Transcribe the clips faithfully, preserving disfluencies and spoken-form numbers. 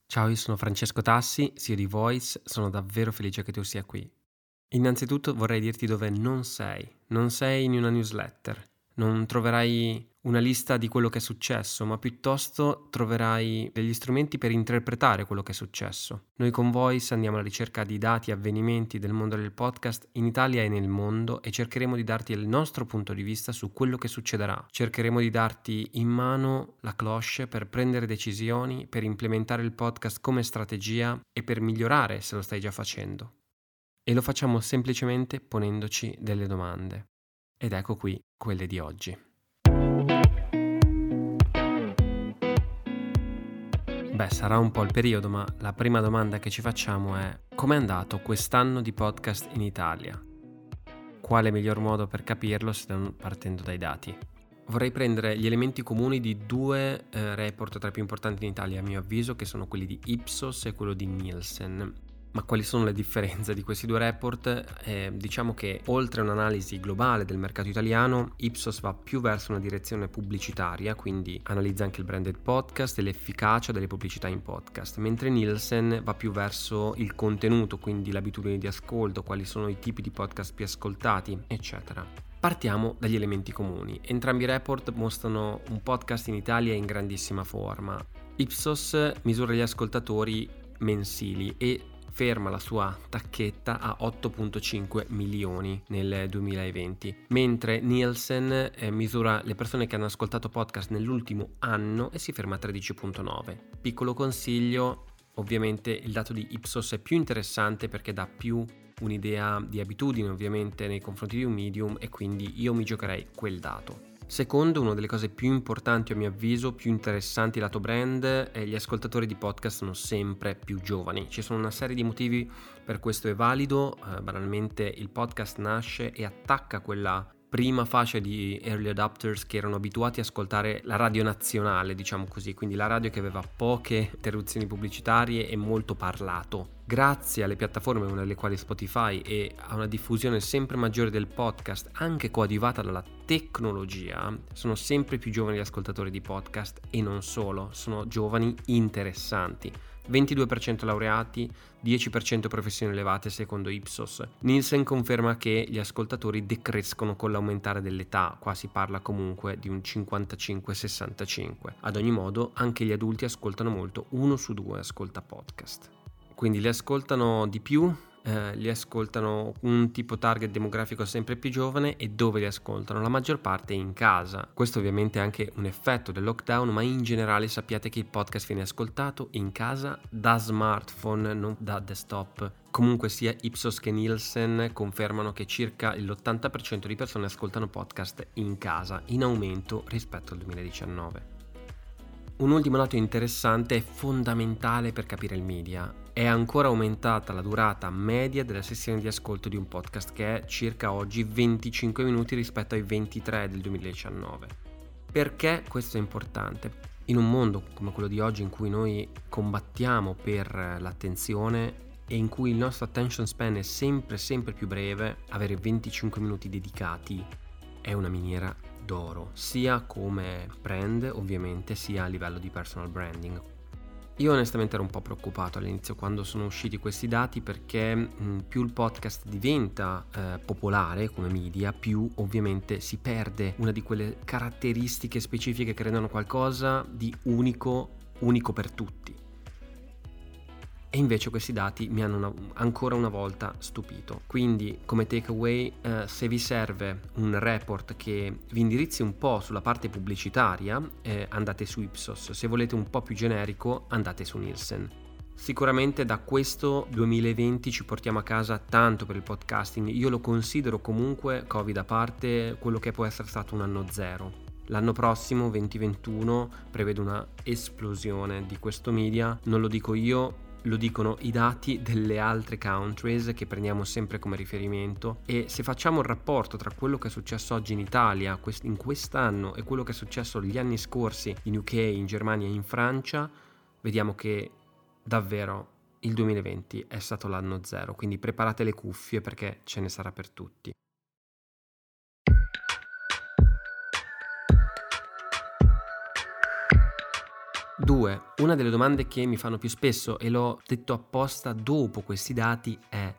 Ciao, io sono Francesco Tassi, C E O di Voice, sono davvero felice che tu sia qui. Innanzitutto vorrei dirti dove non sei. Non sei in una newsletter, non troverai una lista di quello che è successo, ma piuttosto troverai degli strumenti per interpretare quello che è successo. Noi con Voice andiamo alla ricerca di dati e avvenimenti del mondo del podcast in Italia e nel mondo e cercheremo di darti il nostro punto di vista su quello che succederà. Cercheremo di darti in mano la cloche per prendere decisioni, per implementare il podcast come strategia e per migliorare se lo stai già facendo. E lo facciamo semplicemente ponendoci delle domande. Ed ecco qui quelle di oggi. Beh, sarà un po' il periodo, ma la prima domanda che ci facciamo è: com'è andato quest'anno di podcast in Italia? Quale miglior modo per capirlo se non partendo dai dati? Vorrei prendere gli elementi comuni di due eh, report tra i più importanti in Italia, a mio avviso, che sono quelli di Ipsos e quello di Nielsen. Ma quali sono le differenze di questi due report? Eh, diciamo che oltre a un'analisi globale del mercato italiano, Ipsos va più verso una direzione pubblicitaria, quindi analizza anche il branded podcast e l'efficacia delle pubblicità in podcast, mentre Nielsen va più verso il contenuto, quindi l'abitudine di ascolto, quali sono i tipi di podcast più ascoltati, eccetera. Partiamo dagli elementi comuni. Entrambi i report mostrano un podcast in Italia in grandissima forma. Ipsos misura gli ascoltatori mensili e ferma la sua tacchetta a otto virgola cinque milioni nel duemilaventi, mentre Nielsen eh, misura le persone che hanno ascoltato podcast nell'ultimo anno e si ferma a tredici virgola nove. Piccolo consiglio, ovviamente il dato di Ipsos è più interessante perché dà più un'idea di abitudine ovviamente nei confronti di un medium e quindi io mi giocherei quel dato. Secondo, una delle cose più importanti a mio avviso, più interessanti lato brand, è gli ascoltatori di podcast sono sempre più giovani. Ci sono una serie di motivi per questo, è valido, eh, banalmente il podcast nasce e attacca quella prima fascia di early adopters che erano abituati a ascoltare la radio nazionale, diciamo così, quindi la radio che aveva poche interruzioni pubblicitarie e molto parlato. Grazie alle piattaforme, una delle quali Spotify, e a una diffusione sempre maggiore del podcast, anche coadiuvata dalla tecnologia, sono sempre più giovani gli ascoltatori di podcast e non solo, sono giovani interessanti. ventidue per cento laureati, dieci per cento professioni elevate secondo Ipsos. Nielsen conferma che gli ascoltatori decrescono con l'aumentare dell'età, qua si parla comunque di un cinquantacinque sessantacinque. Ad ogni modo, anche gli adulti ascoltano molto, uno su due ascolta podcast. Quindi li ascoltano di più, eh, li ascoltano un tipo target demografico sempre più giovane, e dove li ascoltano? La maggior parte in casa. Questo ovviamente è anche un effetto del lockdown, ma in generale sappiate che il podcast viene ascoltato in casa da smartphone, non da desktop. Comunque sia, Ipsos che Nielsen confermano che circa l'ottanta per cento di persone ascoltano podcast in casa, in aumento rispetto al duemiladiciannove. Un ultimo dato interessante e fondamentale per capire il media: è ancora aumentata la durata media della sessione di ascolto di un podcast, che è circa oggi venticinque minuti rispetto ai ventitré del duemiladiciannove. Perché questo è importante? In un mondo come quello di oggi, in cui noi combattiamo per l'attenzione e in cui il nostro attention span è sempre sempre più breve, avere venticinque minuti dedicati è una miniera d'oro, sia come brand ovviamente, sia a livello di personal branding. Io onestamente ero un po' preoccupato all'inizio quando sono usciti questi dati, perché mh, più il podcast diventa eh, popolare come media, più ovviamente si perde una di quelle caratteristiche specifiche che rendono qualcosa di unico, unico per tutti. E invece questi dati mi hanno una, ancora una volta stupito. Quindi come takeaway, eh, se vi serve un report che vi indirizzi un po' sulla parte pubblicitaria, eh, andate su Ipsos. Se volete un po' più generico, andate su Nielsen. Sicuramente da questo duemilaventi ci portiamo a casa tanto per il podcasting. Io lo considero comunque, Covid a parte, quello che può essere stato un anno zero. L'anno prossimo, duemilaventuno, prevede una esplosione di questo media. Non lo dico io, lo dicono i dati delle altre countries che prendiamo sempre come riferimento, e se facciamo il rapporto tra quello che è successo oggi in Italia in quest'anno e quello che è successo gli anni scorsi in U K, in Germania e in Francia, vediamo che davvero il duemilaventi è stato l'anno zero, quindi preparate le cuffie perché ce ne sarà per tutti. Due, una delle domande che mi fanno più spesso, e l'ho detto apposta dopo questi dati, è: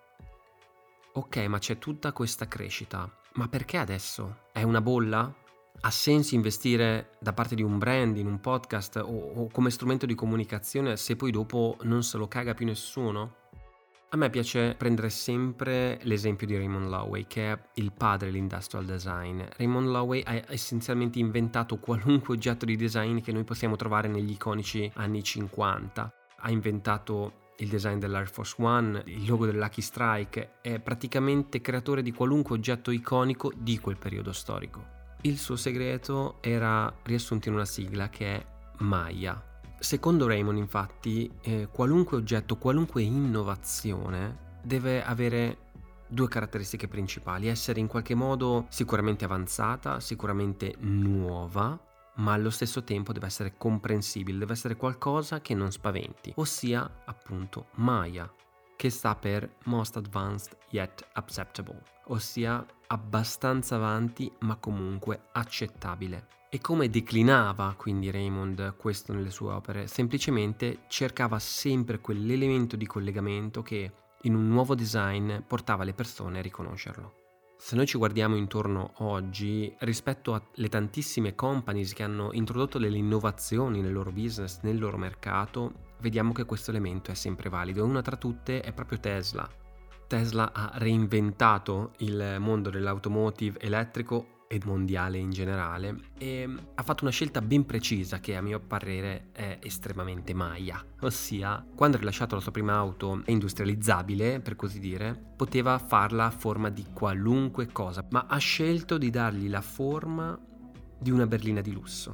ok, ma c'è tutta questa crescita, ma perché adesso? È una bolla? Ha senso investire da parte di un brand in un podcast o, o come strumento di comunicazione se poi dopo non se lo caga più nessuno? A me piace prendere sempre l'esempio di Raymond Loewy, che è il padre dell'industrial design. Raymond Loewy ha essenzialmente inventato qualunque oggetto di design che noi possiamo trovare negli iconici anni cinquanta. Ha inventato il design dell'Air Force One, il logo del Lucky Strike, è praticamente creatore di qualunque oggetto iconico di quel periodo storico. Il suo segreto era riassunto in una sigla che è Maya. Secondo Raymond, infatti, eh, qualunque oggetto, qualunque innovazione deve avere due caratteristiche principali: essere in qualche modo sicuramente avanzata, sicuramente nuova, ma allo stesso tempo deve essere comprensibile, deve essere qualcosa che non spaventi, ossia appunto Maya, che sta per Most Advanced Yet Acceptable, ossia abbastanza avanti ma comunque accettabile. E come declinava quindi Raymond questo nelle sue opere? Semplicemente cercava sempre quell'elemento di collegamento che in un nuovo design portava le persone a riconoscerlo. Se noi ci guardiamo intorno oggi, rispetto alle tantissime companies che hanno introdotto delle innovazioni nel loro business, nel loro mercato, vediamo che questo elemento è sempre valido. Una tra tutte è proprio Tesla. Tesla ha reinventato il mondo dell'automotive elettrico e mondiale in generale e ha fatto una scelta ben precisa che a mio parere è estremamente Maya, ossia quando ha rilasciato la sua prima auto industrializzabile, per così dire, poteva farla a forma di qualunque cosa, ma ha scelto di dargli la forma di una berlina di lusso.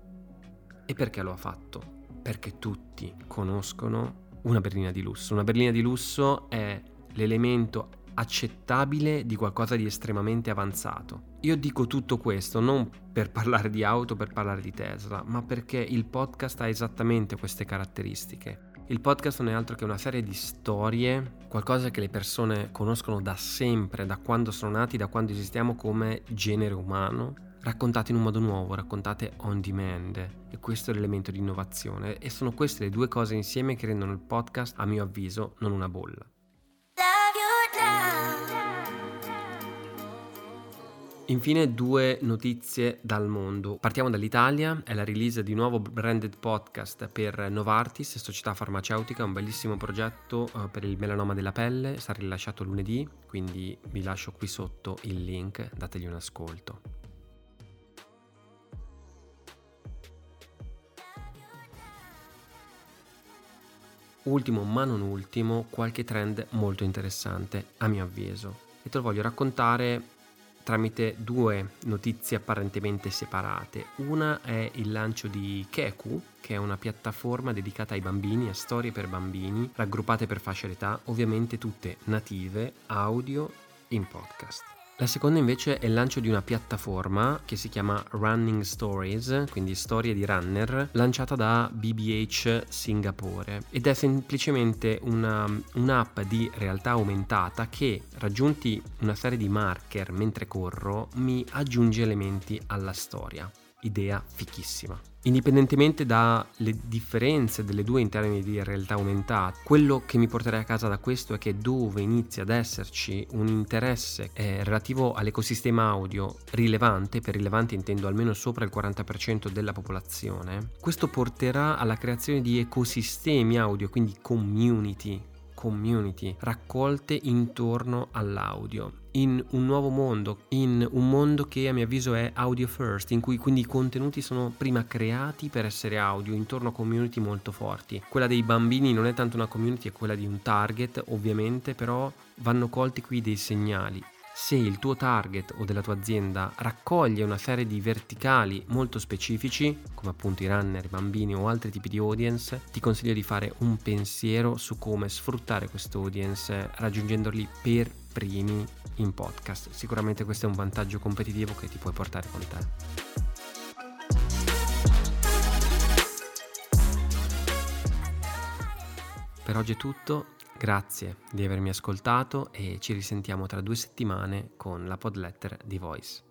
E perché lo ha fatto? Perché tutti conoscono una berlina di lusso. Una berlina di lusso è l'elemento accettabile di qualcosa di estremamente avanzato. Io dico tutto questo non per parlare di auto, per parlare di Tesla, ma perché il podcast ha esattamente queste caratteristiche. Il podcast non è altro che una serie di storie, qualcosa che le persone conoscono da sempre, da quando sono nati, da quando esistiamo come genere umano, raccontate in un modo nuovo, raccontate on demand, e questo è l'elemento di innovazione, e sono queste le due cose insieme che rendono il podcast, a mio avviso, non una bolla. Infine due notizie dal mondo. Partiamo dall'Italia, è la release di un nuovo branded podcast per Novartis, società farmaceutica, un bellissimo progetto uh, per il melanoma della pelle, sarà rilasciato lunedì, quindi vi lascio qui sotto il link, dategli un ascolto. Ultimo ma non ultimo, qualche trend molto interessante a mio avviso, e te lo voglio raccontare tramite due notizie apparentemente separate. Una è il lancio di Keku, che è una piattaforma dedicata ai bambini, a storie per bambini, raggruppate per fasce d'età, ovviamente tutte native, audio, in podcast. La seconda invece è il lancio di una piattaforma che si chiama Running Stories, quindi storie di runner, lanciata da B B H Singapore, ed è semplicemente una, un'app di realtà aumentata che, raggiunti una serie di marker mentre corro, mi aggiunge elementi alla storia. Idea fichissima. Indipendentemente dalle differenze delle due in termini di realtà aumentata, quello che mi porterei a casa da questo è che dove inizia ad esserci un interesse eh, relativo all'ecosistema audio rilevante, per rilevante intendo almeno sopra il quaranta per cento della popolazione, questo porterà alla creazione di ecosistemi audio, quindi community, community raccolte intorno all'audio, in un nuovo mondo, in un mondo che a mio avviso è audio first, in cui quindi i contenuti sono prima creati per essere audio, intorno a community molto forti. Quella dei bambini non è tanto una community, è quella di un target ovviamente, però vanno colti qui dei segnali. Se il tuo target o della tua azienda raccoglie una serie di verticali molto specifici, come appunto i runner, i bambini o altri tipi di audience, ti consiglio di fare un pensiero su come sfruttare questo audience raggiungendoli per primi in podcast. Sicuramente questo è un vantaggio competitivo che ti puoi portare con te. Per oggi è tutto. Grazie di avermi ascoltato e ci risentiamo tra due settimane con la podletter di Voice.